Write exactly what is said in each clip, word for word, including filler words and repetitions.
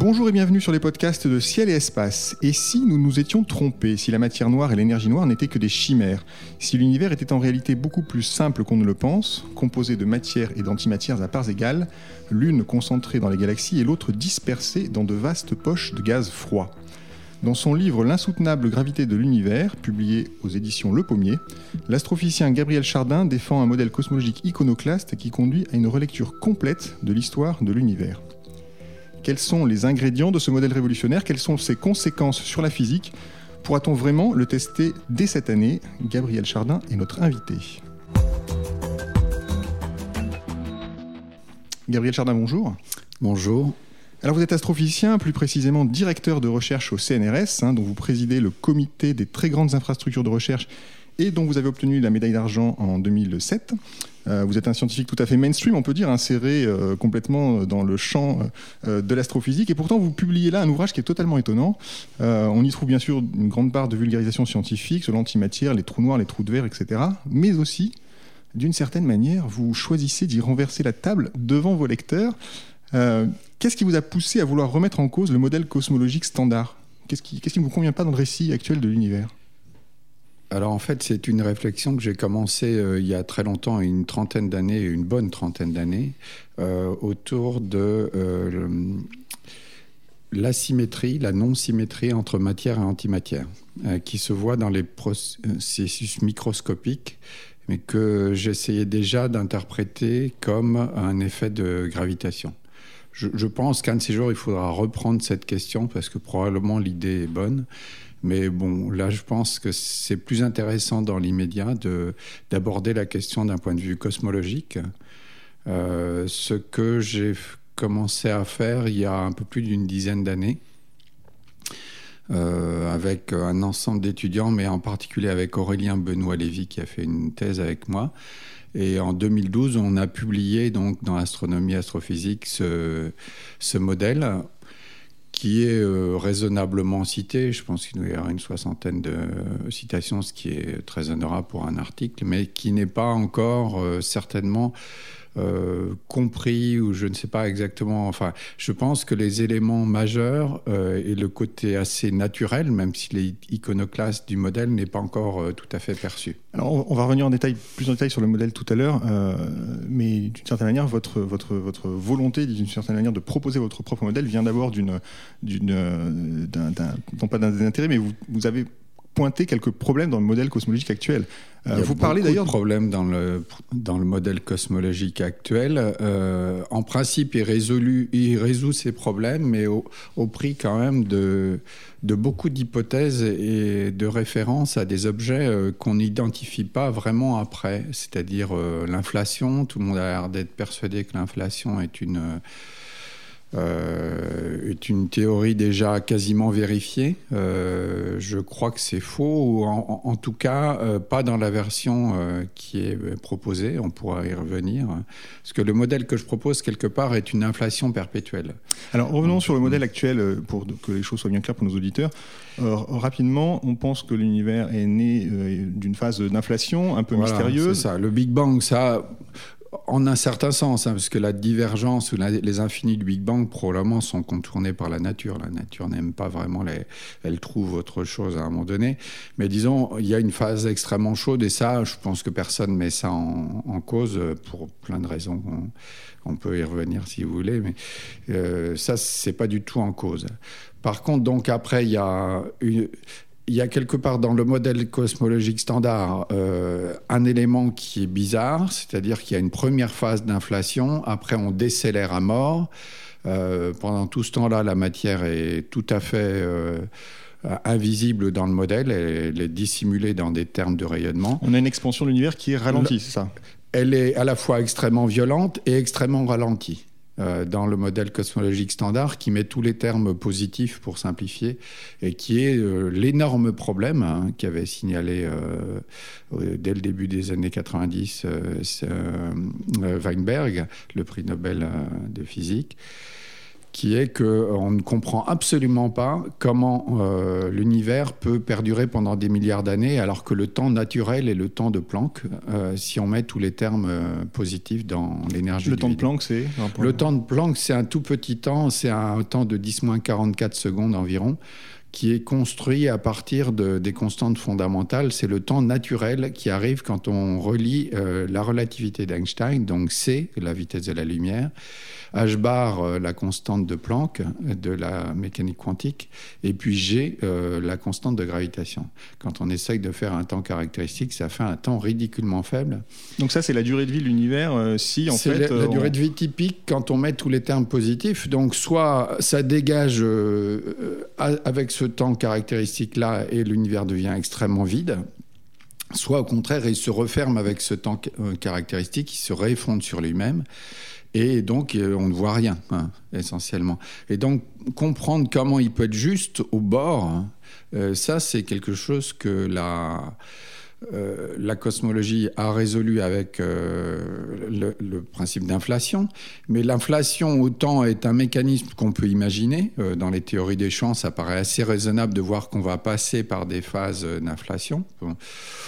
Bonjour et bienvenue sur les podcasts de Ciel et Espace. Et si nous nous étions trompés, si la matière noire et l'énergie noire n'étaient que des chimères, si l'univers était en réalité beaucoup plus simple qu'on ne le pense, composé de matière et d'antimatières à parts égales, l'une concentrée dans les galaxies et l'autre dispersée dans de vastes poches de gaz froid. Dans son livre « L'insoutenable gravité de l'univers », publié aux éditions Le Pommier, l'astrophysicien Gabriel Chardin défend un modèle cosmologique iconoclaste qui conduit à une relecture complète de l'histoire de l'univers. Quels sont les ingrédients de ce modèle révolutionnaire ? Quelles sont ses conséquences sur la physique ? Pourra-t-on vraiment le tester dès cette année ? Gabriel Chardin est notre invité. Gabriel Chardin, bonjour. Bonjour. Alors vous êtes astrophysicien, plus précisément directeur de recherche au C N R S, hein, dont vous présidez le comité des très grandes infrastructures de recherche et dont vous avez obtenu la médaille d'argent en deux mille sept. Euh, vous êtes un scientifique tout à fait mainstream, on peut dire, inséré euh, complètement dans le champ euh, de l'astrophysique. Et pourtant, vous publiez là un ouvrage qui est totalement étonnant. Euh, on y trouve bien sûr une grande part de vulgarisation scientifique sur l'antimatière, les trous noirs, les trous de verre, et cetera. Mais aussi, d'une certaine manière, vous choisissez d'y renverser la table devant vos lecteurs. Euh, qu'est-ce qui vous a poussé à vouloir remettre en cause le modèle cosmologique standard ? Qu'est-ce qui, qu'est-ce qui ne vous convient pas dans le récit actuel de l'univers ? Alors en fait, c'est une réflexion que j'ai commencée euh, il y a très longtemps, une trentaine d'années, une bonne trentaine d'années, euh, autour de euh, le, l'asymétrie, la non-symétrie entre matière et antimatière, euh, qui se voit dans les processus microscopiques, mais que j'essayais déjà d'interpréter comme un effet de gravitation. Je, je pense qu'un de ces jours, il faudra reprendre cette question, parce que probablement l'idée est bonne. Mais bon, là, je pense que c'est plus intéressant dans l'immédiat de, d'aborder la question d'un point de vue cosmologique. Euh, ce que j'ai commencé à faire il y a un peu plus d'une dizaine d'années, euh, avec un ensemble d'étudiants, mais en particulier avec Aurélien Benoît-Lévy, qui a fait une thèse avec moi. Et en deux mille douze, on a publié donc, dans Astronomie Astrophysique ce, ce modèle qui est euh, raisonnablement cité. Je pense qu'il doit y avoir une soixantaine de citations, ce qui est très honorable pour un article, mais qui n'est pas encore euh, certainement euh, compris, ou je ne sais pas exactement. Enfin, je pense que les éléments majeurs euh, et le côté assez naturel, même s'il est iconoclaste du modèle, n'est pas encore euh, tout à fait perçu. Alors, on va revenir en détail, plus en détail sur le modèle tout à l'heure, euh, mais d'une certaine manière, votre, votre, votre volonté, d'une certaine manière, de proposer votre propre modèle vient d'abord d'une, d'une, d'un, d'un, non pas d'un désintérêt, mais vous, vous avez pointé quelques problèmes dans le modèle cosmologique actuel. Euh, vous parlez d'ailleurs de problèmes dans le dans le modèle cosmologique actuel. Euh, en principe, il résolu, il résout ces problèmes, mais au, au prix quand même de de beaucoup d'hypothèses et de références à des objets euh, qu'on n'identifie pas vraiment après. C'est-à-dire euh, l'inflation. Tout le monde a l'air d'être persuadé que l'inflation est une euh, Euh, est une théorie déjà quasiment vérifiée. Euh, je crois que c'est faux, ou en, en tout cas euh, pas dans la version euh, qui est proposée. On pourra y revenir. Parce que le modèle que je propose, quelque part, est une inflation perpétuelle. Alors revenons sur le modèle actuel, pour que les choses soient bien claires pour nos auditeurs. Euh, rapidement, on pense que l'univers est né euh, d'une phase d'inflation un peu voilà, mystérieuse. C'est ça. Le Big Bang, ça... En un certain sens, hein, parce que la divergence ou la, les infinis du Big Bang probablement sont contournés par la nature. La nature n'aime pas vraiment, les, elle trouve autre chose à un moment donné. Mais disons, il y a une phase extrêmement chaude et ça, je pense que personne ne met ça en, en cause pour plein de raisons. On, on peut y revenir si vous voulez, mais euh, ça, c'est pas du tout en cause. Par contre, donc après, il y a une... Il y a quelque part dans le modèle cosmologique standard euh, un élément qui est bizarre, c'est-à-dire qu'il y a une première phase d'inflation, après on décélère à mort. Euh, pendant tout ce temps-là, la matière est tout à fait euh, invisible dans le modèle, elle est dissimulée dans des termes de rayonnement. On a une expansion de l'univers qui est ralentie, le, c'est ça ? Elle est à la fois extrêmement violente et extrêmement ralentie. Euh, dans le modèle cosmologique standard, qui met tous les termes positifs pour simplifier, et qui est euh, l'énorme problème hein, qu'avait signalé euh, euh, dès le début des années quatre-vingt-dix euh, euh, Weinberg, le prix Nobel euh, de physique, qui est qu'on ne comprend absolument pas comment euh, l'univers peut perdurer pendant des milliards d'années, alors que le temps naturel est le temps de Planck, euh, si on met tous les termes euh, positifs dans l'énergie. Le du temps vide. de Planck, c'est Le temps de Planck, c'est un tout petit temps, c'est un temps de dix moins quarante-quatre secondes environ, qui est construit à partir de, des constantes fondamentales. C'est le temps naturel qui arrive quand on relie euh, la relativité d'Einstein, donc C, la vitesse de la lumière, H bar, euh, la constante de Planck, de la mécanique quantique, et puis G, euh, la constante de gravitation. Quand on essaye de faire un temps caractéristique, ça fait un temps ridiculement faible. Donc ça, c'est la durée de vie de l'univers, euh, si en c'est fait... C'est la, la on... durée de vie typique quand on met tous les termes positifs. Donc soit ça dégage euh, avec ce temps caractéristique-là et l'univers devient extrêmement vide, soit au contraire, il se referme avec ce temps caractéristique, il se réeffondre sur lui-même. Et donc, on ne voit rien, hein, essentiellement. Et donc, comprendre comment il peut être juste au bord, hein, euh, ça, c'est quelque chose que la, euh, la cosmologie a résolu avec euh, le, le principe d'inflation. Mais l'inflation, autant, est un mécanisme qu'on peut imaginer. Euh, dans les théories des champs, ça paraît assez raisonnable de voir qu'on va passer par des phases d'inflation. Bon.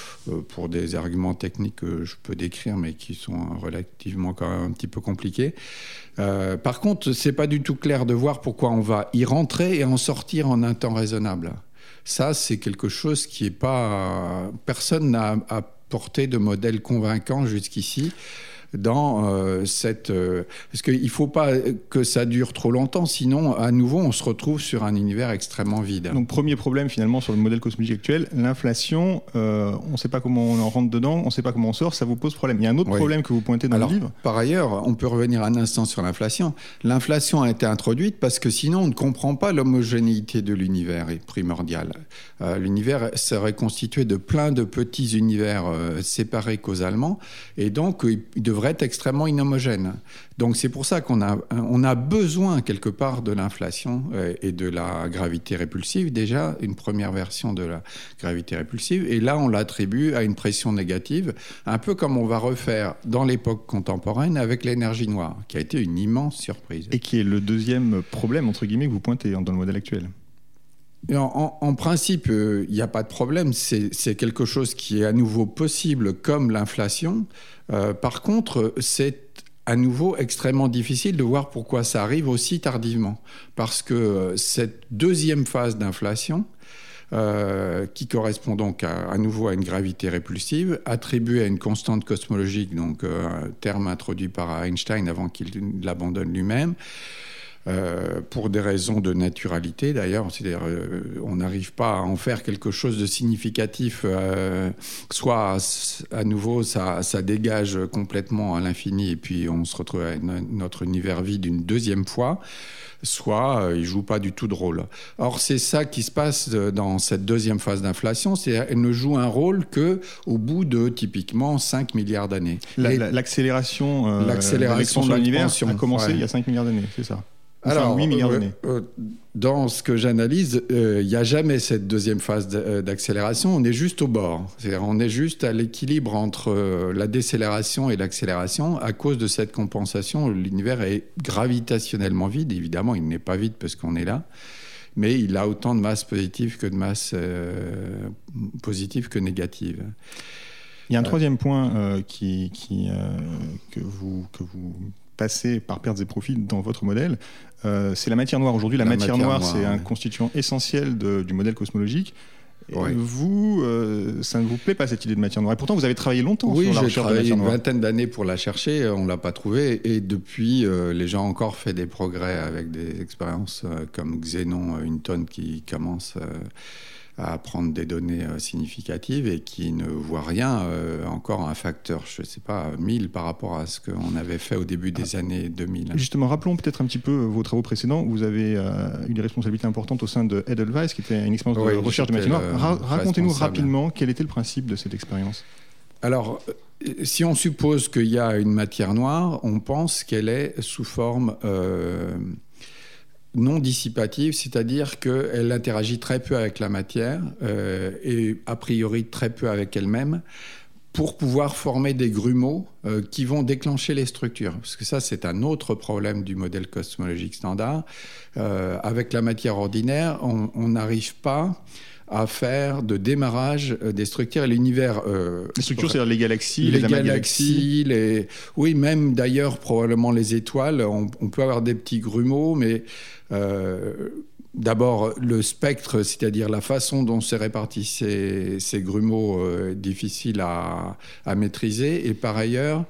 Pour des arguments techniques que je peux décrire, mais qui sont relativement quand même un petit peu compliqués. Euh, par contre, c'est pas du tout clair de voir pourquoi on va y rentrer et en sortir en un temps raisonnable. Ça, c'est quelque chose qui est pas... Personne n'a apporté de modèle convaincant jusqu'ici dans euh, cette... Euh, parce qu'il ne faut pas que ça dure trop longtemps, sinon, à nouveau, on se retrouve sur un univers extrêmement vide. Donc, premier problème, finalement, sur le modèle cosmologique actuel, l'inflation, euh, on ne sait pas comment on en rentre dedans, on ne sait pas comment on sort, ça vous pose problème. Il y a un autre oui. problème que vous pointez dans Alors, le livre. Par ailleurs, on peut revenir un instant sur l'inflation. L'inflation a été introduite parce que sinon, on ne comprend pas l'homogénéité de l'univers est primordiale. Euh, l'univers serait constitué de plein de petits univers euh, séparés causalement, et donc, il devrait être extrêmement inhomogène. Donc c'est pour ça qu'on a, on a besoin quelque part de l'inflation et de la gravité répulsive, déjà une première version de la gravité répulsive, et là on l'attribue à une pression négative, un peu comme on va refaire dans l'époque contemporaine avec l'énergie noire, qui a été une immense surprise. Et qui est le deuxième problème, entre guillemets, que vous pointez dans le modèle actuel. En, en, en principe, il euh, n'y a pas de problème. C'est, c'est quelque chose qui est à nouveau possible, comme l'inflation. Euh, par contre, c'est à nouveau extrêmement difficile de voir pourquoi ça arrive aussi tardivement. Parce que euh, cette deuxième phase d'inflation, euh, qui correspond donc à, à nouveau à une gravité répulsive, attribuée à une constante cosmologique, donc euh, un terme introduit par Einstein avant qu'il l'abandonne lui-même, Euh, pour des raisons de naturalité d'ailleurs, c'est-à-dire euh, on n'arrive pas à en faire quelque chose de significatif, euh, soit à nouveau ça, ça dégage complètement à l'infini et puis on se retrouve avec notre univers vide une deuxième fois, soit euh, il ne joue pas du tout de rôle. Or c'est ça qui se passe dans cette deuxième phase d'inflation, c'est qu'elle ne joue un rôle qu'au bout de typiquement cinq milliards d'années. La, la, l'accélération, euh, l'accélération de l'univers a commencé ouais. il y a cinq milliards d'années, c'est ça? Enfin, Alors, huit milliards d'années. Euh, dans ce que j'analyse, il euh, n'y a jamais cette deuxième phase d'accélération. On est juste au bord. C'est-à-dire, on est juste à l'équilibre entre euh, la décélération et l'accélération. À cause de cette compensation, l'univers est gravitationnellement vide. Évidemment, il n'est pas vide parce qu'on est là. Mais il a autant de masse positive que de masse euh, positive que négative. Il y a un euh, troisième point euh, qui, qui, euh, que vous... Que vous... passé par pertes et profits dans votre modèle, euh, c'est la matière noire. Aujourd'hui, la, la matière, matière noire, noire c'est ouais. un constituant essentiel de, du modèle cosmologique. Ouais. Vous, euh, ça ne vous plaît pas cette idée de matière noire? Et pourtant, vous avez travaillé longtemps oui, sur la recherche de la matière noire. Oui, j'ai travaillé une vingtaine d'années pour la chercher, on ne l'a pas trouvée. Et depuis, euh, les gens ont encore fait des progrès avec des expériences euh, comme Xénon, une tonne qui commence... Euh, à prendre des données euh, significatives et qui ne voit rien, euh, encore un facteur, je ne sais pas, mille par rapport à ce qu'on avait fait au début des ah. années deux mille. Justement, rappelons peut-être un petit peu vos travaux précédents. Vous avez euh, eu des responsabilités importantes au sein de Edelweiss, qui était une expérience oui, de recherche de matière noire. Ra- racontez-nous rapidement quel était le principe de cette expérience. Alors, si on suppose qu'il y a une matière noire, on pense qu'elle est sous forme... Euh, non dissipative, c'est-à-dire qu'elle interagit très peu avec la matière euh, et a priori très peu avec elle-même, pour pouvoir former des grumeaux euh, qui vont déclencher les structures. Parce que ça, c'est un autre problème du modèle cosmologique standard. Euh, avec la matière ordinaire, on n'arrive pas à faire de démarrage des structures. L'univers... Euh, les structures, c'est-à-dire les galaxies, les, les amas galaxies, les... Oui, même d'ailleurs, probablement les étoiles. On, on peut avoir des petits grumeaux, mais... Euh, D'abord, le spectre, c'est-à-dire la façon dont se répartissent ces, ces grumeaux, euh, difficile à, à maîtriser. Et par ailleurs,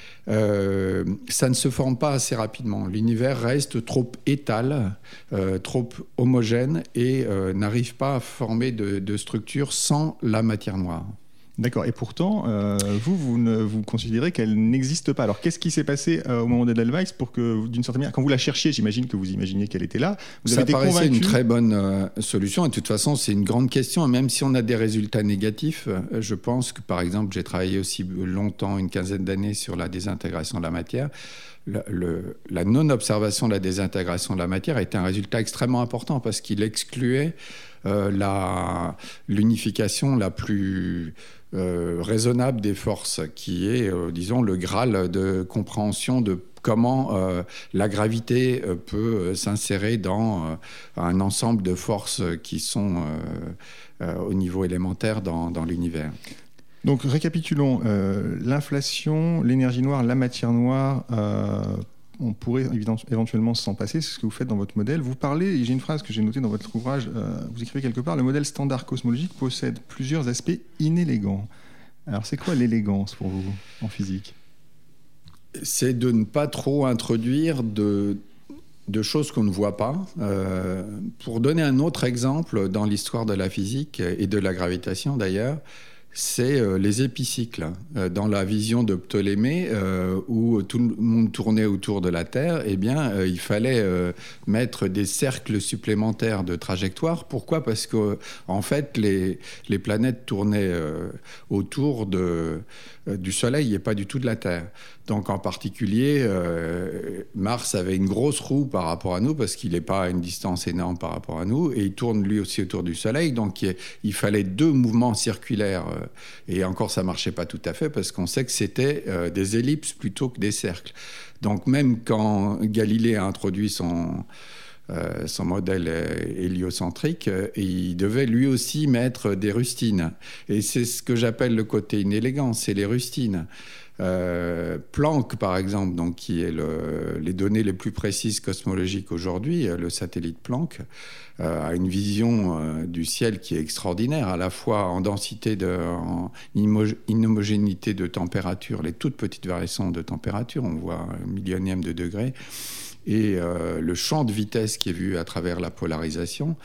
euh, ça ne se forme pas assez rapidement. L'univers reste trop étal, euh, trop homogène et euh, n'arrive pas à former de, de structure sans la matière noire. D'accord. Et pourtant, euh, vous, vous, ne, vous considérez qu'elle n'existe pas. Alors, qu'est-ce qui s'est passé euh, au moment d'Edelweiss pour que, d'une certaine manière, quand vous la cherchiez, j'imagine que vous imaginiez qu'elle était là, vous Ça avez été paraissait convaincu... une très bonne euh, solution. Et de toute façon, c'est une grande question. Et même si on a des résultats négatifs, euh, je pense que, par exemple, j'ai travaillé aussi longtemps, une quinzaine d'années, sur la désintégration de la matière. Le, le, la non-observation de la désintégration de la matière a été un résultat extrêmement important parce qu'il excluait euh, la, l'unification la plus... Euh, raisonnable des forces, qui est, euh, disons, le Graal de compréhension de comment euh, la gravité euh, peut euh, s'insérer dans euh, un ensemble de forces qui sont euh, euh, au niveau élémentaire dans, dans l'univers. Donc, récapitulons. Euh, l'inflation, l'énergie noire, la matière noire... Euh on pourrait éventuellement s'en passer, c'est ce que vous faites dans votre modèle. Vous parlez, et j'ai une phrase que j'ai notée dans votre ouvrage, euh, vous écrivez quelque part, le modèle standard cosmologique possède plusieurs aspects inélégants. Alors c'est quoi l'élégance pour vous en physique ? C'est de ne pas trop introduire de, de choses qu'on ne voit pas. Euh, pour donner un autre exemple dans l'histoire de la physique et de la gravitation d'ailleurs, c'est euh, les épicycles. Euh, dans la vision de Ptolémée, euh, où tout le monde tournait autour de la Terre, eh bien, euh, il fallait euh, mettre des cercles supplémentaires de trajectoire. Pourquoi ? Parce que, en fait, les, les planètes tournaient euh, autour de, euh, du Soleil et pas du tout de la Terre. Donc, en particulier, euh, Mars avait une grosse roue par rapport à nous, parce qu'il n'est pas à une distance énorme par rapport à nous, et il tourne lui aussi autour du Soleil. Donc, il, il fallait deux mouvements circulaires. Euh, et encore, ça ne marchait pas tout à fait, parce qu'on sait que c'était euh, des ellipses plutôt que des cercles. Donc, même quand Galilée a introduit son... Euh, son modèle héliocentrique, euh, il devait lui aussi mettre des rustines. Et c'est ce que j'appelle le côté inélégant, c'est les rustines. Euh, Planck, par exemple, donc, qui est le, les données les plus précises cosmologiques aujourd'hui, le satellite Planck, euh, a une vision euh, du ciel qui est extraordinaire, à la fois en densité, de, en inhomogénéité de température, les toutes petites variations de température, on voit un millionième de degré, et euh, le champ de vitesse qui est vu à travers la polarisation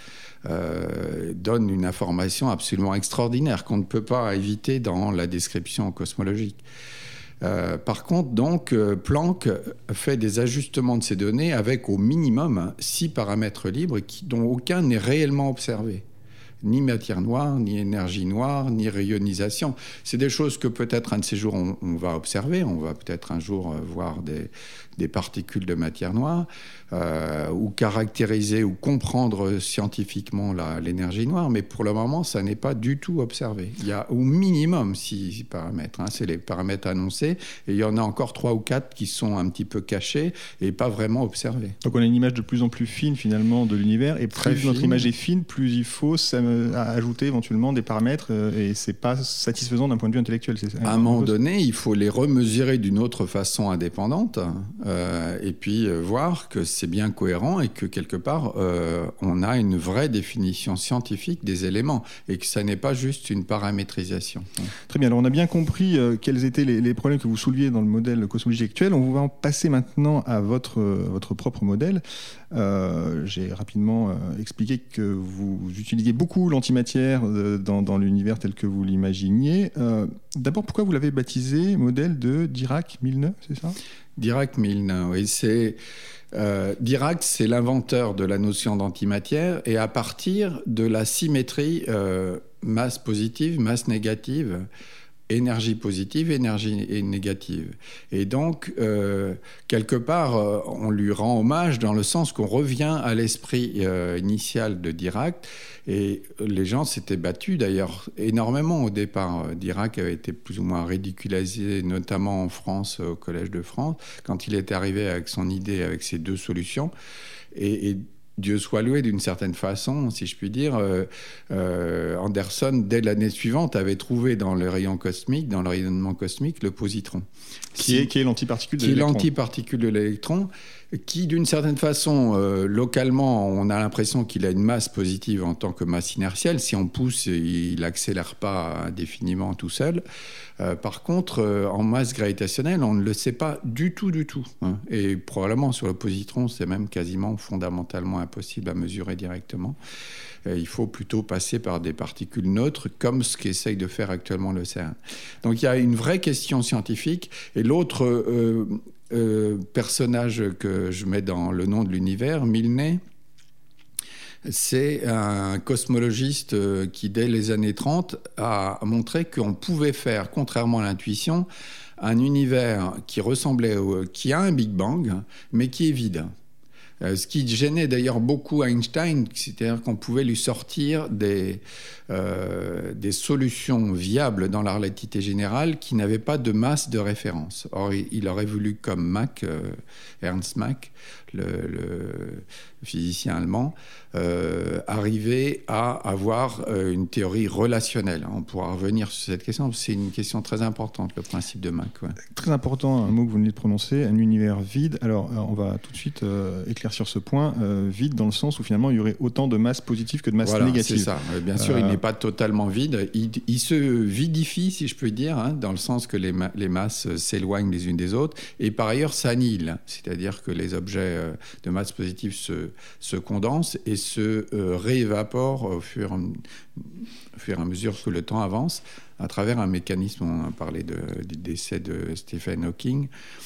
euh, donne une information absolument extraordinaire qu'on ne peut pas éviter dans la description cosmologique. Euh, par contre, donc, euh, Planck fait des ajustements de ces données avec au minimum six paramètres libres qui, dont aucun n'est réellement observé. Ni matière noire, ni énergie noire, ni rayonisation. C'est des choses que peut-être un de ces jours on, on va observer. On va peut-être un jour voir des, des particules de matière noire, euh, ou caractériser ou comprendre scientifiquement la, l'énergie noire. Mais pour le moment, ça n'est pas du tout observé. Il y a au minimum six paramètres. Hein, c'est les paramètres annoncés. Et il y en a encore trois ou quatre qui sont un petit peu cachés et pas vraiment observés. Donc on a une image de plus en plus fine finalement de l'univers. Et Très plus notre fine. image est fine, plus il faut ajouter éventuellement des paramètres. Et c'est pas satisfaisant d'un point de vue intellectuel. C'est ça, à un moment donné, il faut les remesurer d'une autre façon indépendante. Euh, et puis euh, voir que c'est bien cohérent et que quelque part euh, on a une vraie définition scientifique des éléments et que ça n'est pas juste une paramétrisation. Très bien, alors on a bien compris euh, quels étaient les, les problèmes que vous souleviez dans le modèle cosmologique actuel. On va en passer maintenant à votre, euh, votre propre modèle. Euh, j'ai rapidement euh, expliqué que vous utilisiez beaucoup l'antimatière euh, dans, dans l'univers tel que vous l'imaginiez. Euh, d'abord, pourquoi vous l'avez baptisé modèle de Dirac-Milneux, c'est ça ? Dirac-Milneux, oui, c'est euh, Dirac, c'est l'inventeur de la notion d'antimatière, et à partir de la symétrie euh, masse positive, masse négative, énergie positive, énergie négative. Et donc, euh, quelque part, euh, on lui rend hommage dans le sens qu'on revient à l'esprit euh, initial de Dirac. Et les gens s'étaient battus d'ailleurs énormément au départ. Dirac avait été plus ou moins ridiculisé, notamment en France, au Collège de France, quand il était arrivé avec son idée, avec ses deux solutions. Et, et Dieu soit loué, d'une certaine façon, si je puis dire, euh, euh, Anderson, dès l'année suivante, avait trouvé dans le rayon cosmique, dans le rayonnement cosmique, le positron. Qui est, qui est l'antiparticule de l'électron. Qui est l'antiparticule de l'électron, qui, d'une certaine façon, euh, localement, on a l'impression qu'il a une masse positive en tant que masse inertielle. Si on pousse, il n'accélère pas indéfiniment tout seul. Euh, par contre, euh, en masse gravitationnelle, on ne le sait pas du tout, du tout. Hein. Et probablement, sur le positron, c'est même quasiment fondamentalement impossible à mesurer directement. Euh, il faut plutôt passer par des particules neutres, comme ce qu'essaye de faire actuellement le CERN. Donc, il y a une vraie question scientifique. Et l'autre euh, euh, personnage que je mets dans le nom de l'univers, Milne, c'est un cosmologiste qui, dès les années trente, a montré qu'on pouvait faire, contrairement à l'intuition, un univers qui ressemblait, au, qui a un Big Bang, mais qui est vide. Ce qui gênait d'ailleurs beaucoup Einstein, c'est-à-dire qu'on pouvait lui sortir des, euh, des solutions viables dans la relativité générale qui n'avaient pas de masse de référence. Or, il aurait voulu, comme Mach, euh, Ernst Mach, le, le physicien allemand, euh, arriver à avoir euh, une théorie relationnelle. On pourra revenir sur cette question, c'est une question très importante, le principe de Mach. Ouais. Très important, un mot que vous venez de prononcer, un univers vide. Alors, on va tout de suite euh, éclaircir ce point, euh, vide dans le sens où finalement il y aurait autant de masse positive que de masse voilà, négative. C'est ça. Bien sûr, euh... il n'est pas totalement vide. Il, il se vidifie, si je peux dire, hein, dans le sens que les, ma- les masses s'éloignent les unes des autres, et par ailleurs s'annihilent. C'est-à-dire que les objets euh, de masse positive se, se condensent et se euh, réévaporent au fur, au fur et à mesure que le temps avance, à travers un mécanisme, on a parlé de, du décès de Stephen Hawking,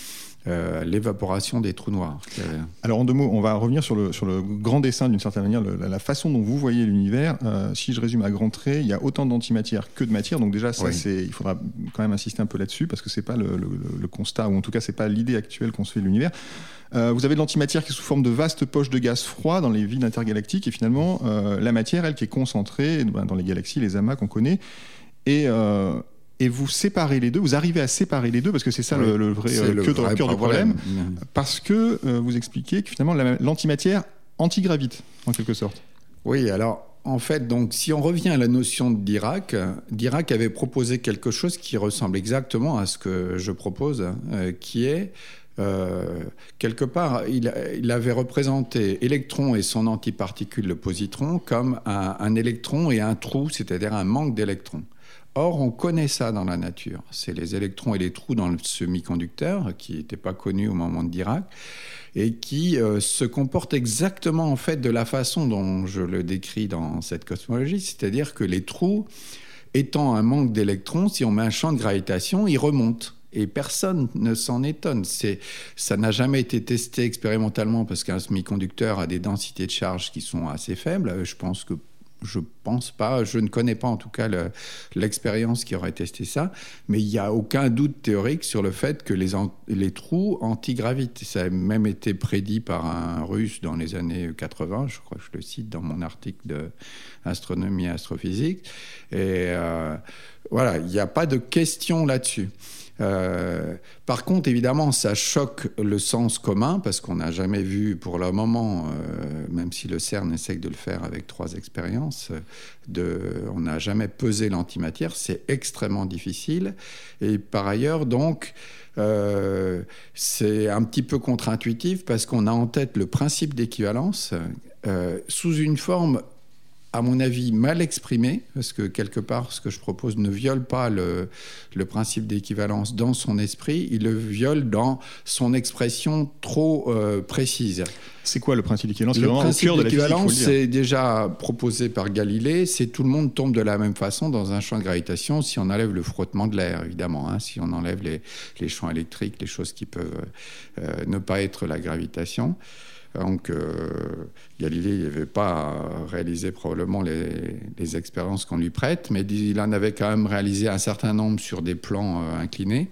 Euh, l'évaporation des trous noirs. Alors en deux mots, on va revenir sur le, sur le grand dessin d'une certaine manière, le, la, la façon dont vous voyez l'univers. Euh, si je résume à grands traits, il y a autant d'antimatière que de matière, donc déjà ça, oui. c'est, il faudra quand même insister un peu là-dessus parce que c'est pas le, le, le constat, ou en tout cas c'est pas l'idée actuelle qu'on se fait de l'univers. Euh, vous avez de l'antimatière qui est sous forme de vastes poches de gaz froid dans les vides intergalactiques, et finalement euh, la matière, elle, qui est concentrée ben, dans les galaxies, les amas qu'on connaît, et euh, Et vous séparez les deux, vous arrivez à séparer les deux, parce que c'est ça oui, le, le vrai cœur du problème, problème parce que euh, vous expliquez que finalement la, l'antimatière antigravite, en quelque sorte. Oui, alors en fait, donc, si on revient à la notion de Dirac, Dirac avait proposé quelque chose qui ressemble exactement à ce que je propose, euh, qui est... Euh, quelque part, il, il avait représenté l'électron et son antiparticule, le positron, comme un, un électron et un trou, c'est-à-dire un manque d'électrons. Or, on connaît ça dans la nature. C'est les électrons et les trous dans le semi-conducteur, qui n'étaient pas connus au moment de Dirac, et qui euh, se comportent exactement en fait de la façon dont je le décris dans cette cosmologie, c'est-à-dire que les trous, étant un manque d'électrons, si on met un champ de gravitation, ils remontent. Et personne ne s'en étonne. C'est, ça n'a jamais été testé expérimentalement parce qu'un semi-conducteur a des densités de charge qui sont assez faibles. Je pense que Je pense pas, je ne connais pas en tout cas le, l'expérience qui aurait testé ça, mais il n'y a aucun doute théorique sur le fait que les, an, les trous antigravitent. Ça a même été prédit par un Russe dans les années quatre-vingts, je crois que je le cite dans mon article d'astronomie et astrophysique. Et euh, voilà, il n'y a pas de question là-dessus. Euh, par contre, évidemment, ça choque le sens commun parce qu'on n'a jamais vu pour le moment, euh, même si le CERN essaye de le faire avec trois expériences, de, on n'a jamais pesé l'antimatière, c'est extrêmement difficile. Et par ailleurs, donc, euh, c'est un petit peu contre-intuitif parce qu'on a en tête le principe d'équivalence euh, sous une forme, à mon avis, mal exprimé, parce que quelque part, ce que je propose ne viole pas le, le principe d'équivalence dans son esprit, il le viole dans son expression trop euh, précise. C'est quoi le principe d'équivalence ? Le principe d'équivalence, c'est déjà proposé par Galilée, c'est tout le monde tombe de la même façon dans un champ de gravitation si on enlève le frottement de l'air, évidemment, hein, si on enlève les, les champs électriques, les choses qui peuvent euh, ne pas être la gravitation. Donc, euh, Galilée n'avait pas réalisé probablement les, les expériences qu'on lui prête, mais il en avait quand même réalisé un certain nombre sur des plans euh, inclinés.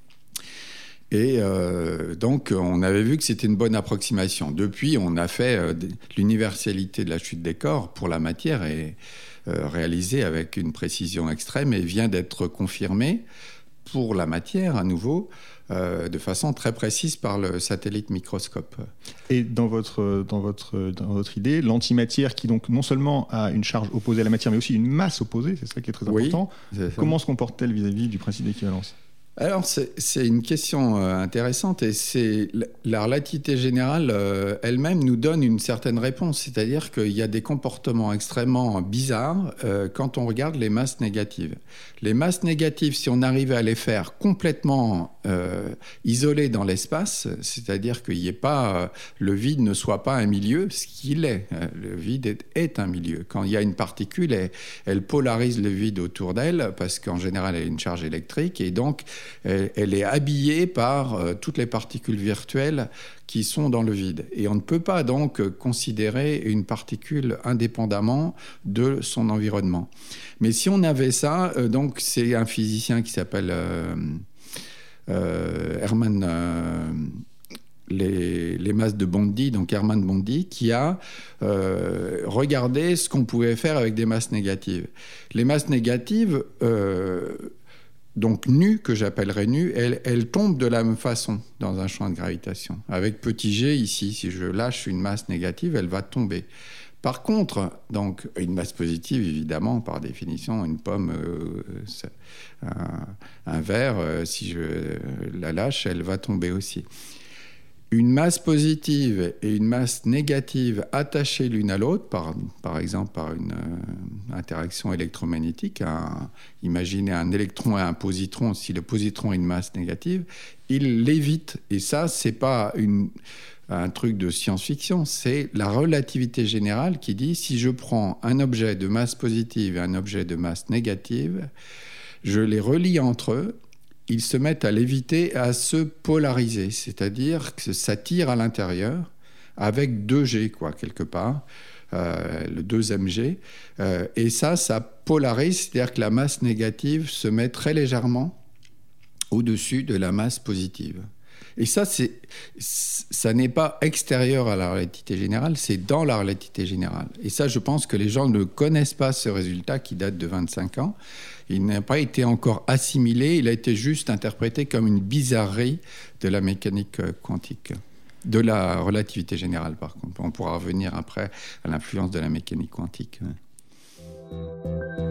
Et euh, donc, on avait vu que c'était une bonne approximation. Depuis, on a fait euh, l'universalité de la chute des corps pour la matière et euh, réalisée avec une précision extrême et vient d'être confirmée pour la matière à nouveau euh, de façon très précise par le satellite microscope. Et dans votre, dans votre, dans votre idée, l'antimatière qui donc non seulement a une charge opposée à la matière, mais aussi une masse opposée, c'est ça qui est très important. Oui, comment se comporte-t-elle vis-à-vis du principe d'équivalence ? Alors, c'est, c'est une question euh, intéressante et c'est la relativité générale euh, elle-même nous donne une certaine réponse. C'est-à-dire qu'il y a des comportements extrêmement bizarres euh, quand on regarde les masses négatives. Les masses négatives, si on arrivait à les faire complètement euh, isolées dans l'espace, c'est-à-dire qu'il y ait pas, euh, le vide ne soit pas un milieu, ce qu'il est. Euh, le vide est, est un milieu. Quand il y a une particule, elle, elle polarise le vide autour d'elle parce qu'en général, elle a une charge électrique et donc elle est habillée par euh, toutes les particules virtuelles qui sont dans le vide. Et on ne peut pas donc considérer une particule indépendamment de son environnement. Mais si on avait ça, euh, donc c'est un physicien qui s'appelle euh, euh, Hermann... Euh, Les, les masses de Bondi, donc Hermann Bondi, qui a euh, regardé ce qu'on pouvait faire avec des masses négatives. Les masses négatives... Euh, donc nues, que j'appellerais nues, elles, elles tombent de la même façon dans un champ de gravitation. Avec petit g ici, si je lâche une masse négative, elle va tomber. Par contre, donc, une masse positive, évidemment, par définition, une pomme, euh, un, un verre, euh, si je la lâche, elle va tomber aussi. Une masse positive et une masse négative attachées l'une à l'autre, par, par exemple par une euh, interaction électromagnétique, un, imaginez un électron et un positron, si le positron est une masse négative, il l'évite. Et ça, c'est pas une, un truc de science-fiction, c'est la relativité générale qui dit si je prends un objet de masse positive et un objet de masse négative, je les relie entre eux, ils se mettent à léviter et à se polariser, c'est-à-dire que ça tire à l'intérieur avec deux G, quoi, quelque part, euh, le deux M G. Euh, et ça, ça polarise, c'est-à-dire que la masse négative se met très légèrement au-dessus de la masse positive. Et ça, c'est, ça n'est pas extérieur à la relativité générale, c'est dans la relativité générale. Et ça, je pense que les gens ne connaissent pas ce résultat qui date de vingt-cinq ans. Il n'a pas été encore assimilé, il a été juste interprété comme une bizarrerie de la mécanique quantique. De la relativité générale, par contre. On pourra revenir après à l'influence de la mécanique quantique.